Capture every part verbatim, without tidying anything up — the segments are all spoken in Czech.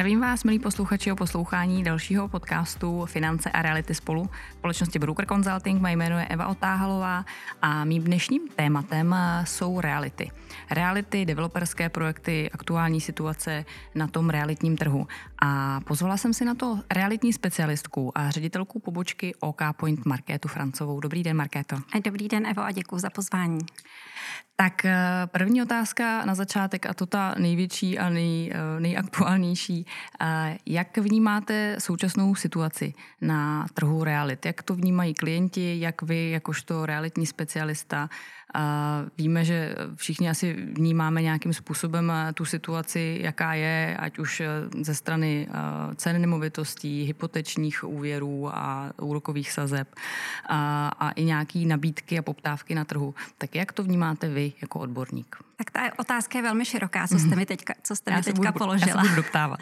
Zdravím vás, milí posluchači, o poslouchání dalšího podcastu Finance a reality spolu společnosti Broker Consulting. Moje jméno je Eva Otáhalová a mým dnešním tématem jsou reality. Reality, developerské projekty, aktuální situace na tom realitním trhu. A pozvala jsem si na to realitní specialistku a ředitelku pobočky OK Point Markétu Francovou. Dobrý den, Markéto. Dobrý den, Evo, a děkuji za pozvání. Tak první otázka na začátek, a to ta největší a nej, nejaktuálnější. Jak vnímáte současnou situaci na trhu realit? Jak to vnímají klienti, jak vy, jakožto realitní specialista? Víme, že všichni asi vnímáme nějakým způsobem tu situaci, jaká je, ať už ze strany cen nemovitostí, hypotečních úvěrů a úrokových sazeb a, a i nějaký nabídky a poptávky na trhu. Tak jak to vnímáte vy jako odborník? Tak ta otázka je velmi široká, co jste mi teďka, co jste mi teďka budu, položila. Já se budu doptávat.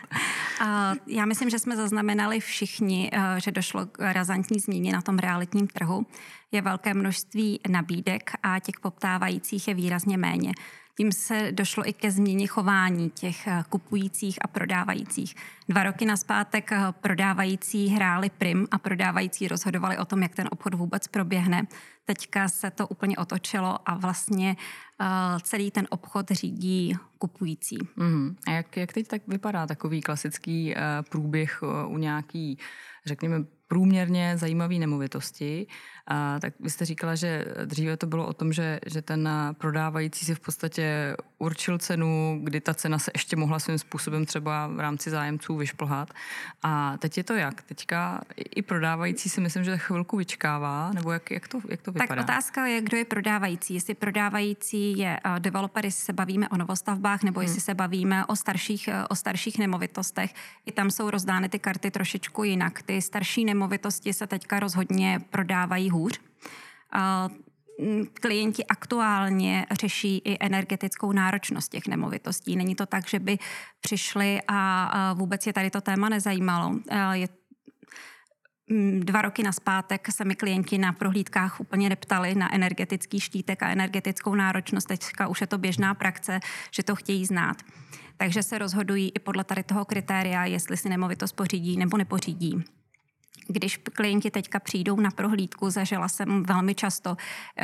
Já myslím, že jsme zaznamenali všichni, že došlo k razantní změně na tom realitním trhu. Je velké množství nabídek a těch poptávajících je výrazně méně. Tím se došlo i ke změně chování těch kupujících a prodávajících. Dva roky nazpátek prodávající hráli prim a prodávající rozhodovali o tom, jak ten obchod vůbec proběhne. Teďka se to úplně otočilo a vlastně uh, celý ten obchod řídí kupující. Mm. A jak, jak teď tak vypadá takový klasický uh, průběh uh, u nějaký, řekněme, průměrně zajímavý nemovitosti? A tak vy jste říkala, že dříve to bylo o tom, že, že ten prodávající si v podstatě určil cenu, kdy ta cena se ještě mohla svým způsobem třeba v rámci zájemců vyšplhat. A teď je to jak? Teďka i prodávající si myslím, že chvilku vyčkává, nebo jak, jak, to, jak to vypadá? Tak otázka je, kdo je prodávající. Jestli prodávající je uh, developer, jestli se bavíme o novostavbách, nebo hmm. jestli se bavíme o starších, uh, o starších nemovitostech. I tam jsou rozdány ty karty trošičku jinak. Ty starší nemovitosti se teďka rozhodně prodávají hůř. Uh, Klienti aktuálně řeší i energetickou náročnost těch nemovitostí. Není to tak, že by přišli a vůbec je tady to téma nezajímalo. Je Dva roky nazpátek se mi klienti na prohlídkách úplně neptali na energetický štítek a energetickou náročnost. Teďka už je to běžná praxe, že to chtějí znát. Takže se rozhodují i podle tady toho kritéria, jestli si nemovitost pořídí nebo nepořídí. Když klienti teďka přijdou na prohlídku, zažila jsem velmi často,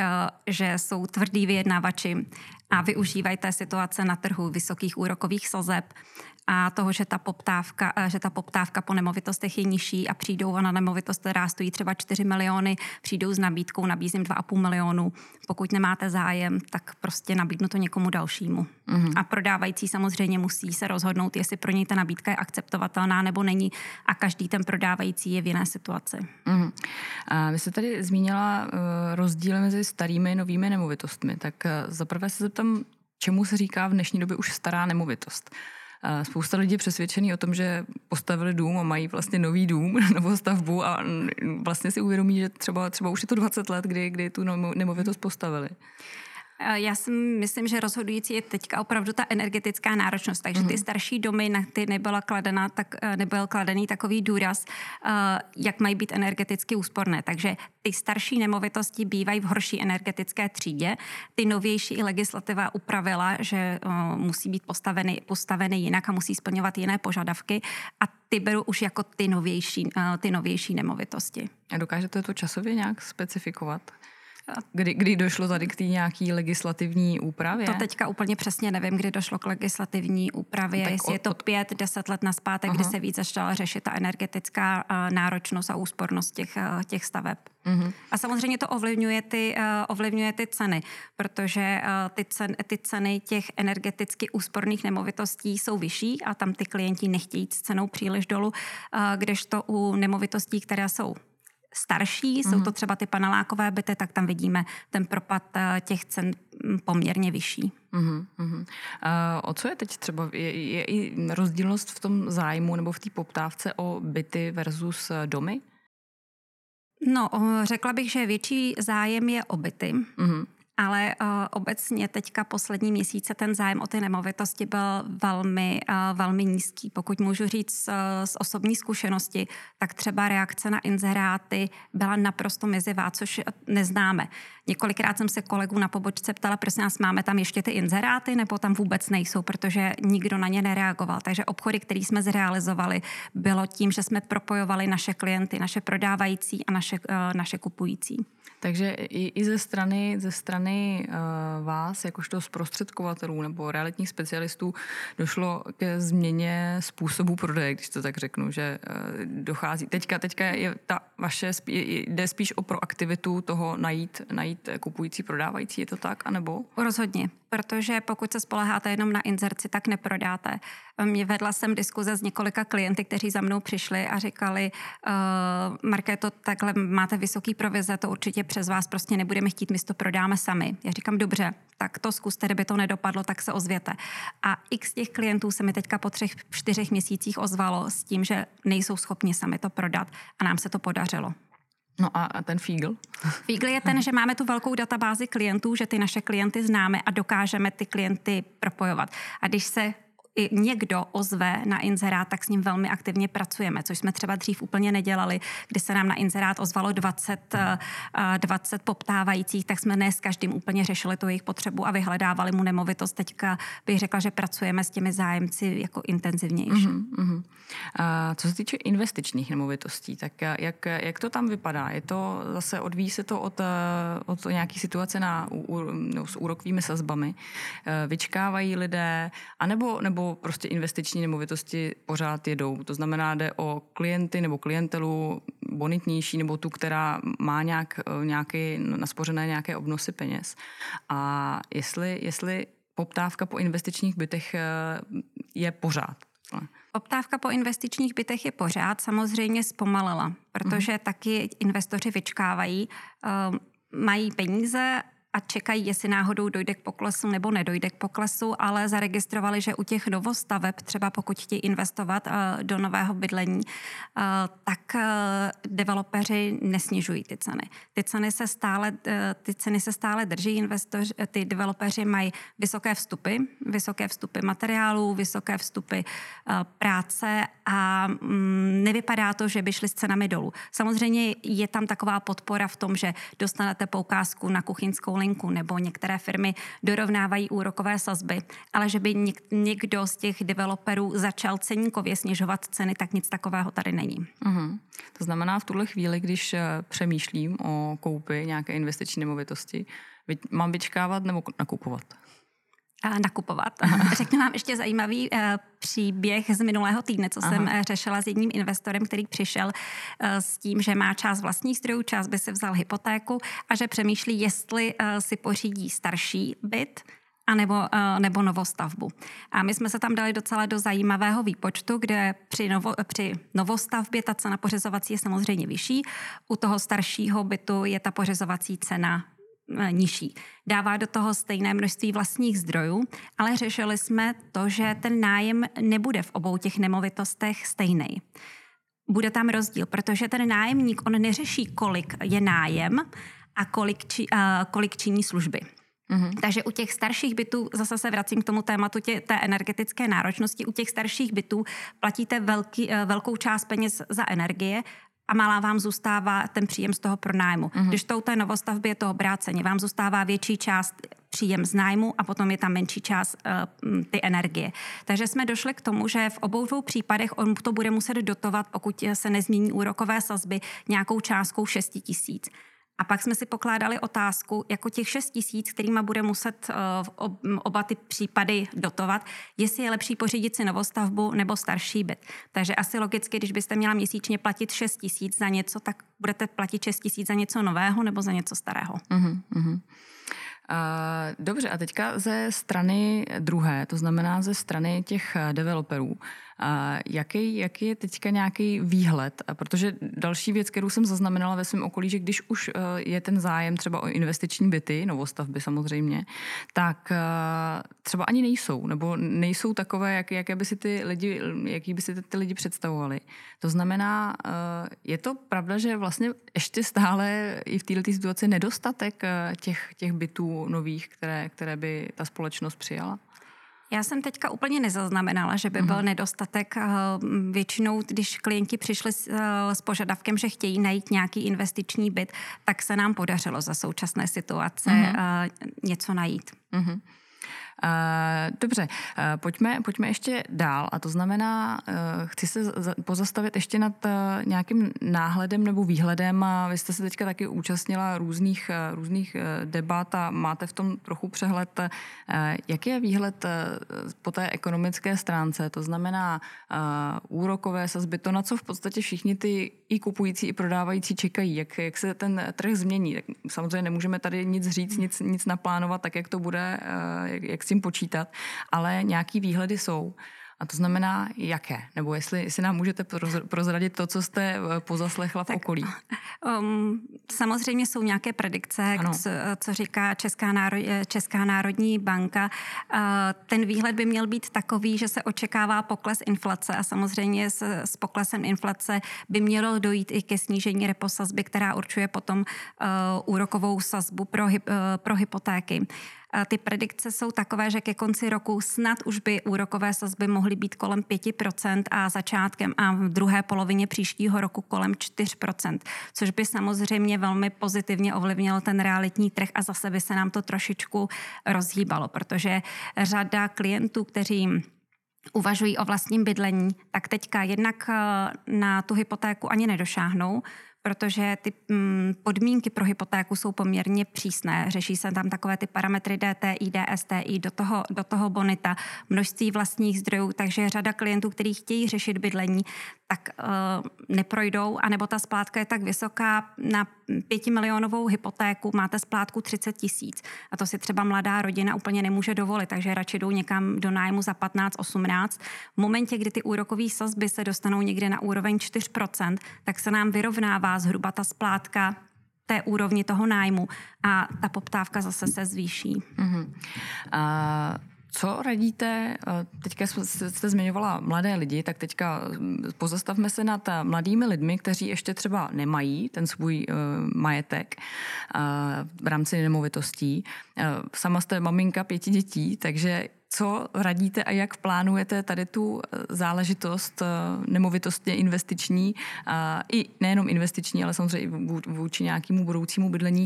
že jsou tvrdí vyjednavači a využívají té situace na trhu vysokých úrokových sazeb a toho, že ta poptávka, že ta poptávka po nemovitostech je nižší a přijdou na nemovitost, která stojí třeba čtyři miliony, přijdou s nabídkou, nabízím dva a půl milionu. Pokud nemáte zájem, tak prostě nabídnu to někomu dalšímu. Mm-hmm. A prodávající samozřejmě musí se rozhodnout, jestli pro něj ta nabídka je akceptovatelná nebo není a každý ten prodávající je v jiné situaci. Mm-hmm. A vy jste tady zmínila uh, rozdíly mezi starými a novými nemovitostmi. Tak uh, zaprvé se zeptám, čemu se říká v dnešní době už stará nemovitost? Spousta lidí je přesvědčený o tom, že postavili dům a mají vlastně nový dům, novou stavbu a vlastně si uvědomí, že třeba, třeba už je to dvacet let, kdy, kdy tu nemovitost postavili. Já si myslím, že rozhodující je teďka opravdu ta energetická náročnost, takže ty starší domy, na ty nebyla kladena, tak, nebyl kladený takový důraz, jak mají být energeticky úsporné. Takže ty starší nemovitosti bývají v horší energetické třídě. Ty novější i legislativa upravila, že musí být postaveny, postaveny jinak a musí splňovat jiné požadavky a ty beru už jako ty novější, ty novější nemovitosti. A dokážete to časově nějak specifikovat? Kdy, kdy došlo tady k té nějaký legislativní úpravě? To teďka úplně přesně nevím, kdy došlo k legislativní úpravě, tak jestli od, je to pět, deset let nazpátek, aha. kdy se víc začala řešit ta energetická uh, náročnost a úspornost těch, uh, těch staveb. Uh-huh. A samozřejmě to ovlivňuje ty, uh, ovlivňuje ty ceny, protože uh, ty, cen, ty ceny těch energeticky úsporných nemovitostí jsou vyšší a tam ty klienti nechtějí s cenou příliš dolů, uh, kdežto u nemovitostí, které jsou starší, jsou to třeba ty panelákové byty, tak tam vidíme ten propad těch cen poměrně vyšší. Uh-huh, uh-huh. Uh, o co je teď třeba? Je, je i rozdílnost v tom zájmu nebo v té poptávce o byty versus domy? No, řekla bych, že větší zájem je o byty. Uh-huh. ale uh, obecně teďka poslední měsíce ten zájem o ty nemovitosti byl velmi, uh, velmi nízký. Pokud můžu říct uh, z osobní zkušenosti, tak třeba reakce na inzeráty byla naprosto mizivá, což neznáme. Několikrát jsem se kolegů na pobočce ptala, prosím nás, máme tam ještě ty inzeráty, nebo tam vůbec nejsou, protože nikdo na ně nereagoval. Takže obchody, které jsme zrealizovali, bylo tím, že jsme propojovali naše klienty, naše prodávající a naše, uh, naše kupující. Takže i, i ze strany, ze strany uh, vás, jakožto zprostředkovatelů nebo realitních specialistů, došlo ke změně způsobu prodeje, když to tak řeknu, že uh, dochází. Teďka, teďka je ta vaše, jde spíš o proaktivitu toho najít, najít kupující, prodávající, je to tak, anebo? Rozhodně, protože pokud se spoléháte jenom na inzerci, tak neprodáte. Mě vedla jsem diskuze s několika klienty, kteří za mnou přišli a říkali, uh, Markéto, takhle máte vysoký provize, to určitě přes vás prostě nebudeme chtít, my to prodáme sami. Já říkám, dobře, tak to zkuste, kdyby to nedopadlo, tak se ozvěte. A x těch klientů se mi teďka po třech, čtyřech měsících ozvalo s tím, že nejsou schopni sami to prodat a nám se to podařilo. No a ten fígl? Fígl je ten, že máme tu velkou databázi klientů, že ty naše klienty známe a dokážeme ty klienty propojovat. A když se i někdo ozve na inzerát, tak s ním velmi aktivně pracujeme, což jsme třeba dřív úplně nedělali, kdy se nám na inzerát ozvalo dvacet, dvacet poptávajících, tak jsme ne s každým úplně řešili tu jejich potřebu a vyhledávali mu nemovitost. Teďka bych řekla, že pracujeme s těmi zájemci jako intenzivnější. Uh-huh, uh-huh. A co se týče investičních nemovitostí, tak jak, jak to tam vypadá? Je to zase, odvíjí se to od, od nějaké situace na, no, s úrokovými sazbami? Vyčkávají lidé, anebo nebo prostě investiční nemovitosti pořád jedou. To znamená, jde o klienty nebo klientelu bonitnější nebo tu, která má nějak, nějaký naspořené nějaké obnosy peněz. A jestli, jestli poptávka po investičních bytech je pořád. Poptávka po investičních bytech je pořád, samozřejmě zpomalila, protože mm. taky investoři vyčkávají, uh, mají peníze a čekají, jestli náhodou dojde k poklesu nebo nedojde k poklesu, ale zaregistrovali, že u těch novostaveb, třeba pokud chtějí investovat uh, do nového bydlení, uh, tak uh, developeři nesnižují ty ceny. Ty ceny se stále, uh, ty ceny se stále drží, investoři, ty developeři mají vysoké vstupy, vysoké vstupy materiálů, vysoké vstupy uh, práce a um, nevypadá to, že by šli s cenami dolů. Samozřejmě je tam taková podpora v tom, že dostanete poukázku na kuchyňskou linku, nebo některé firmy dorovnávají úrokové sazby, ale že by někdo z těch developerů začal ceníkově snižovat ceny, tak nic takového tady není. Uh-huh. To znamená, v tuhle chvíli, když přemýšlím o koupi nějaké investiční nemovitosti, mám vyčkávat nebo nakupovat? A nakupovat. Řeknu vám ještě zajímavý uh, příběh z minulého týdne, co Aha. jsem uh, řešila s jedním investorem, který přišel uh, s tím, že má část vlastních zdrojů, část by si vzal hypotéku a že přemýšlí, jestli uh, si pořídí starší byt, a nebo, uh, nebo novostavbu. A my jsme se tam dali docela do zajímavého výpočtu, kde při, novo, při novostavbě ta cena pořizovací je samozřejmě vyšší, u toho staršího bytu je ta pořizovací cena nižší. Dává do toho stejné množství vlastních zdrojů, ale řešili jsme to, že ten nájem nebude v obou těch nemovitostech stejný. Bude tam rozdíl, protože ten nájemník, on neřeší, kolik je nájem a kolik, či, uh, kolik činí služby. Mm-hmm. Takže u těch starších bytů, zase se vracím k tomu tématu tě, té energetické náročnosti, u těch starších bytů platíte velký, uh, velkou část peněz za energie, a malá vám zůstává ten příjem z toho pronájmu. Mm-hmm. Když to u té novostavby je to obráceně, vám zůstává větší část příjem z nájmu a potom je tam menší část uh, ty energie. Takže jsme došli k tomu, že v obou dvou případech on to bude muset dotovat, pokud se nezmění úrokové sazby, nějakou částkou šest tisíc. A pak jsme si pokládali otázku, jako těch šest tisíc, kterýma bude muset uh, oba ty případy dotovat, jestli je lepší pořídit si novostavbu nebo starší byt. Takže asi logicky, když byste měla měsíčně platit šest tisíc za něco, tak budete platit šest tisíc za něco nového nebo za něco starého. Uh-huh, uh-huh. Uh, dobře, a teďka ze strany druhé, to znamená ze strany těch developerů. Jaký, jaký je teďka nějaký výhled? Protože další věc, kterou jsem zaznamenala ve svém okolí, že když už je ten zájem třeba o investiční byty, novostavby samozřejmě, tak třeba ani nejsou, nebo nejsou takové, jak, jaké by si ty lidi, jaký by si ty, ty lidi představovali. To znamená, je to pravda, že vlastně ještě stále i v této situaci nedostatek těch, těch bytů nových, které, které by ta společnost přijala? Já jsem teďka úplně nezaznamenala, že by byl mm-hmm. nedostatek. Většinou, když klienti přišli s, s požadavkem, že chtějí najít nějaký investiční byt, tak se nám podařilo za současné situace mm-hmm. něco najít. Mm-hmm. Uh, dobře, uh, pojďme, pojďme ještě dál a to znamená, uh, chci se za, pozastavit ještě nad uh, nějakým náhledem nebo výhledem a vy jste se teďka taky účastnila různých, uh, různých uh, debat a máte v tom trochu přehled. Uh, jaký je výhled uh, po té ekonomické stránce, to znamená uh, úrokové sazby, to, na co v podstatě všichni ty i kupující, i prodávající čekají, jak, jak se ten trh změní. Tak samozřejmě nemůžeme tady nic říct, nic, nic naplánovat, tak jak to bude, uh, jak, jak tím počítat, ale nějaký výhledy jsou. A to znamená, jaké? Nebo jestli, jestli nám můžete prozradit to, co jste pozaslechla v tak, okolí. Um, samozřejmě jsou nějaké predikce, co, co říká Česká, národ, Česká národní banka. Uh, ten výhled by měl být takový, že se očekává pokles inflace a samozřejmě s, s poklesem inflace by mělo dojít i ke snížení reposazby, která určuje potom uh, úrokovou sazbu pro, uh, pro hypotéky. Ty predikce jsou takové, že ke konci roku snad už by úrokové sazby mohly být kolem pět procent a začátkem a v druhé polovině příštího roku kolem čtyři procenta, což by samozřejmě velmi pozitivně ovlivnilo ten realitní trh a zase by se nám to trošičku rozhýbalo, protože řada klientů, kteří uvažují o vlastním bydlení, tak teďka jednak na tu hypotéku ani nedošáhnou, protože ty podmínky pro hypotéku jsou poměrně přísné. Řeší se tam takové ty parametry D T I, D S T I, do toho, do toho bonita, množství vlastních zdrojů, takže řada klientů, kteří chtějí řešit bydlení, tak uh, neprojdou, anebo ta splátka je tak vysoká, na pětimilionovou hypotéku máte splátku třicet tisíc. A to si třeba mladá rodina úplně nemůže dovolit, takže radši jdou někam do nájmu za patnáct osmnáct. V momentě, kdy ty úrokové sazby se dostanou někde na úroveň čtyři procenta, tak se nám vyrovnává zhruba ta splátka té úrovni toho nájmu a ta poptávka zase se zvýší. Uh-huh. Uh... Co radíte, teďka jste zmiňovala mladé lidi, tak teďka pozastavme se nad mladými lidmi, kteří ještě třeba nemají ten svůj uh, majetek uh, v rámci nemovitostí. Uh, sama jste maminka pěti dětí, takže co radíte a jak plánujete tady tu záležitost nemovitostně investiční, i nejenom investiční, ale samozřejmě vůči nějakému budoucímu bydlení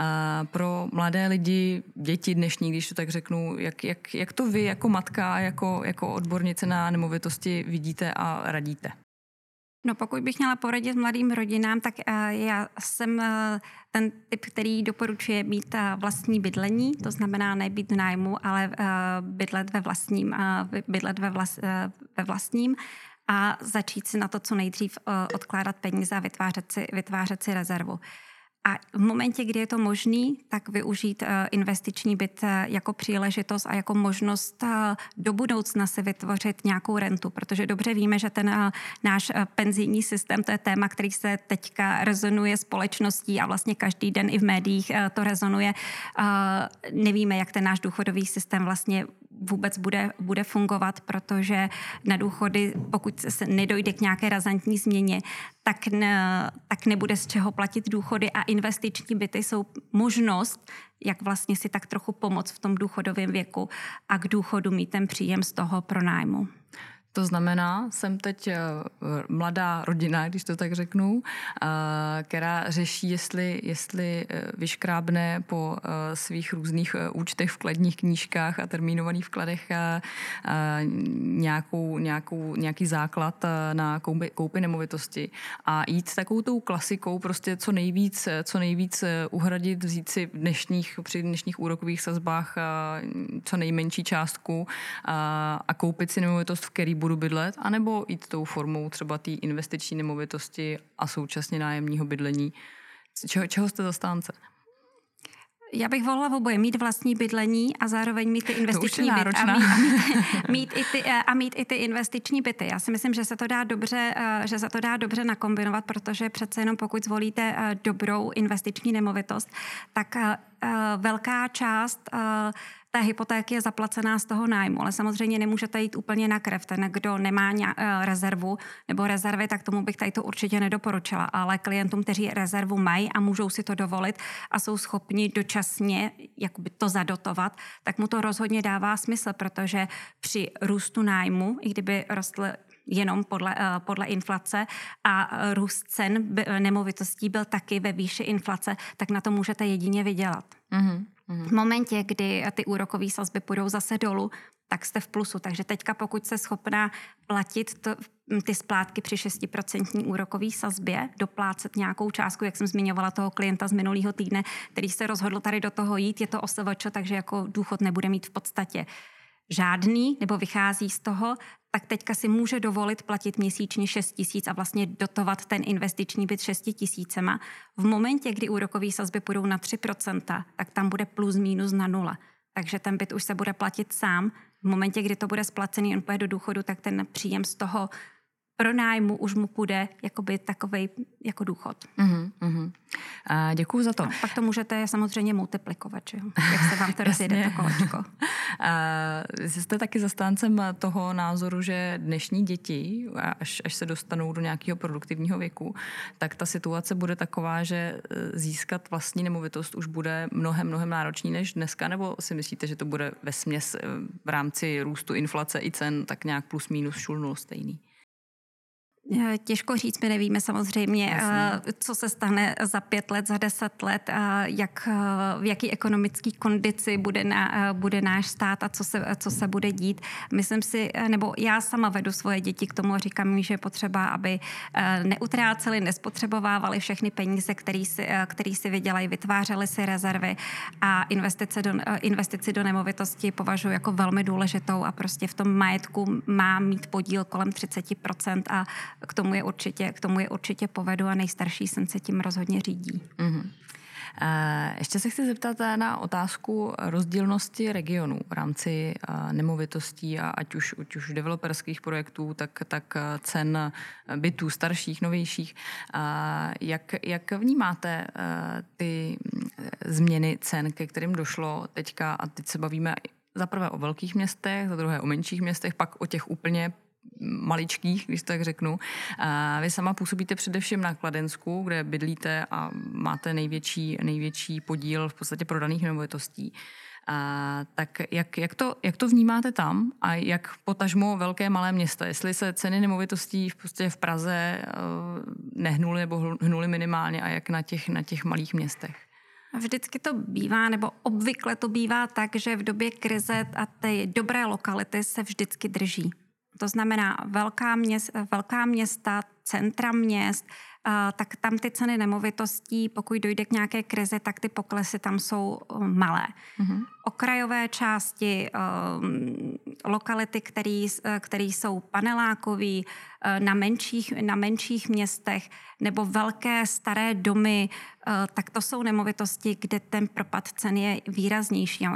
pro mladé lidi, děti dnešní, když to tak řeknu, jak, jak, jak to vy jako matka, jako, jako odbornice na nemovitosti vidíte a radíte? No pokud bych měla poradit mladým rodinám, tak uh, já jsem uh, ten typ, který doporučuje mít uh, vlastní bydlení, to znamená nebýt v nájmu, ale uh, bydlet ve vlastním, uh, bydlet ve, vlas, uh, ve vlastním a začít si na to co nejdřív uh, odkládat peníze a vytvářet si, vytvářet si rezervu. A v momentě, kdy je to možný, tak využít uh, investiční byt uh, jako příležitost a jako možnost uh, do budoucna si vytvořit nějakou rentu, protože dobře víme, že ten uh, náš uh, penzijní systém, to je téma, který se teďka rezonuje společností a vlastně každý den i v médiích uh, to rezonuje. Uh, nevíme, jak ten náš důchodový systém vlastně vůbec bude, bude fungovat, protože na důchody, pokud se nedojde k nějaké razantní změně, tak, ne, tak nebude z čeho platit důchody a investiční byty jsou možnost, jak vlastně si tak trochu pomoct v tom důchodovém věku a k důchodu mít ten příjem z toho pronájmu. To znamená, jsem teď mladá rodina, když to tak řeknu, která řeší, jestli, jestli vyškrábne po svých různých účtech, vkladních knížkách a termínovaných vkladech nějakou, nějakou, nějaký základ na koupi, koupi nemovitosti a jít takovou tou klasikou, prostě co nejvíc, co nejvíc uhradit, vzít si v dnešních, při dnešních úrokových sazbách co nejmenší částku a koupit si nemovitost, v který budu bydlet, anebo jít tou formou třeba té investiční nemovitosti a současně nájemního bydlení. Čeho, čeho jste zastánce? Já bych volila oboje, mít vlastní bydlení a zároveň mít ty investiční byty a mít, a, mít, mít i ty, a mít i ty investiční byty. Já si myslím, že se to dá dobře, že se to dá dobře nakombinovat, protože přece jenom pokud zvolíte dobrou investiční nemovitost, tak velká část té hypotéky je zaplacená z toho nájmu, ale samozřejmě nemůžete jít úplně na krev. Ten, kdo nemá nějak, rezervu nebo rezervy, tak tomu bych tady to určitě nedoporučila, ale klientům, kteří rezervu mají a můžou si to dovolit a jsou schopni dočasně jakoby to zadotovat, tak mu to rozhodně dává smysl, protože při růstu nájmu, i kdyby rostl jenom podle, podle inflace a růst cen nemovitostí byl taky ve výši inflace, tak na to můžete jedině vydělat. Mm-hmm. V momentě, kdy ty úrokové sazby půjdou zase dolů, tak jste v plusu. Takže teďka, pokud jste schopná platit to, ty splátky při šestiprocentní úrokové sazbě, doplácet nějakou částku, jak jsem zmiňovala toho klienta z minulého týdne, který se rozhodl tady do toho jít, je to O S V Č, takže jako důchod nebude mít v podstatě žádný, nebo vychází z toho, tak teďka si může dovolit platit měsíčně šest tisíc a vlastně dotovat ten investiční byt šesti tisícema. V momentě, kdy úrokové sazby půjdou na tři procenta, tak tam bude plus minus na nula. Takže ten byt už se bude platit sám. V momentě, kdy to bude splacený, on půjde do důchodu, tak ten příjem z toho pronájmu už mu půjde jakoby takovej jako důchod. Uh-huh, uh-huh. A děkuju za to. A pak to můžete samozřejmě multiplikovat, že jo? Jak se vám to rozjede to kolečko. Vy jste taky zastáncem toho názoru, že dnešní děti, až, až se dostanou do nějakého produktivního věku, tak ta situace bude taková, že získat vlastní nemovitost už bude mnohem, mnohem náročný než dneska, nebo si myslíte, že to bude vesměs v rámci růstu inflace i cen tak nějak plus minus šul nul stejný? Těžko říct, my nevíme samozřejmě, Jasně. co se stane za pět let, za deset let, jak, v jaký ekonomický kondici bude, na, bude náš stát a co se, co se bude dít. Myslím si, nebo já sama vedu svoje děti k tomu a říkám jim, že je potřeba, aby neutráceli, nespotřebovávali všechny peníze, který si, který si vydělají, vytvářeli si rezervy a investice do, investici do nemovitosti považuji jako velmi důležitou a prostě v tom majetku má mít podíl kolem třicet procent a K tomu je určitě, k tomu je určitě povedu a nejstarší syn se tím rozhodně řídí. Mm-hmm. Ještě se chci zeptat na otázku rozdílnosti regionů v rámci nemovitostí a ať už, ať už developerských projektů, tak, tak cen bytů starších, novějších. Jak, jak vnímáte ty změny cen, ke kterým došlo teďka, a teď se bavíme za prvé o velkých městech, za druhé o menších městech, pak o těch úplně maličkých, když tak řeknu. A vy sama působíte především na Kladensku, kde bydlíte a máte největší, největší podíl v podstatě prodaných nemovitostí. A tak jak, jak, to, jak to vnímáte tam a jak potažmo velké malé města? Jestli se ceny nemovitostí v, podstatě v Praze nehnuly nebo hnuly minimálně a jak na těch, na těch malých městech? Vždycky to bývá, nebo obvykle to bývá tak, že v době krize a ty dobré lokality se vždycky drží. To znamená velká města, velká města, centra měst, tak tam ty ceny nemovitostí, pokud dojde k nějaké krizi, tak ty poklesy tam jsou malé. Mm-hmm. Okrajové části, lokality, které jsou panelákové, na menších, na menších městech nebo velké staré domy, tak to jsou nemovitosti, kde ten propad cen je výraznější.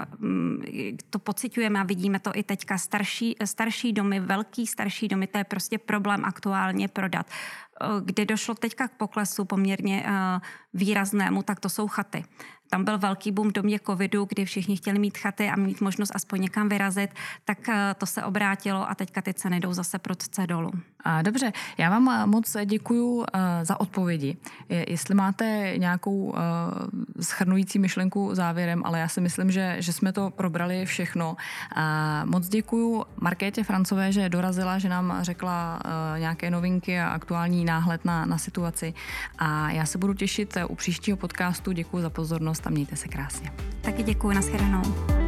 To pociťujeme a vidíme to i teďka. Starší, starší domy, velký starší domy, to je prostě problém aktuálně prodat. Kde došlo teďka k poklesu poměrně výraznému, tak to jsou chaty. Tam byl velký boom v době covidu, kdy všichni chtěli mít chaty a mít možnost aspoň někam vyrazit, tak to se obrátilo a teďka ty ceny jdou zase prudce dolů. A dobře, já vám moc děkuju za odpovědi. Jestli máte nějakou shrnující myšlenku závěrem, ale já si myslím, že, že jsme to probrali všechno. A moc děkuju Markétě Francové, že dorazila, že nám řekla nějaké novinky a aktuální náhled na, na situaci. A já se budu těšit u příštího podcastu. Děkuju za pozornost a mějte se krásně. Taky děkuju, nashledanou.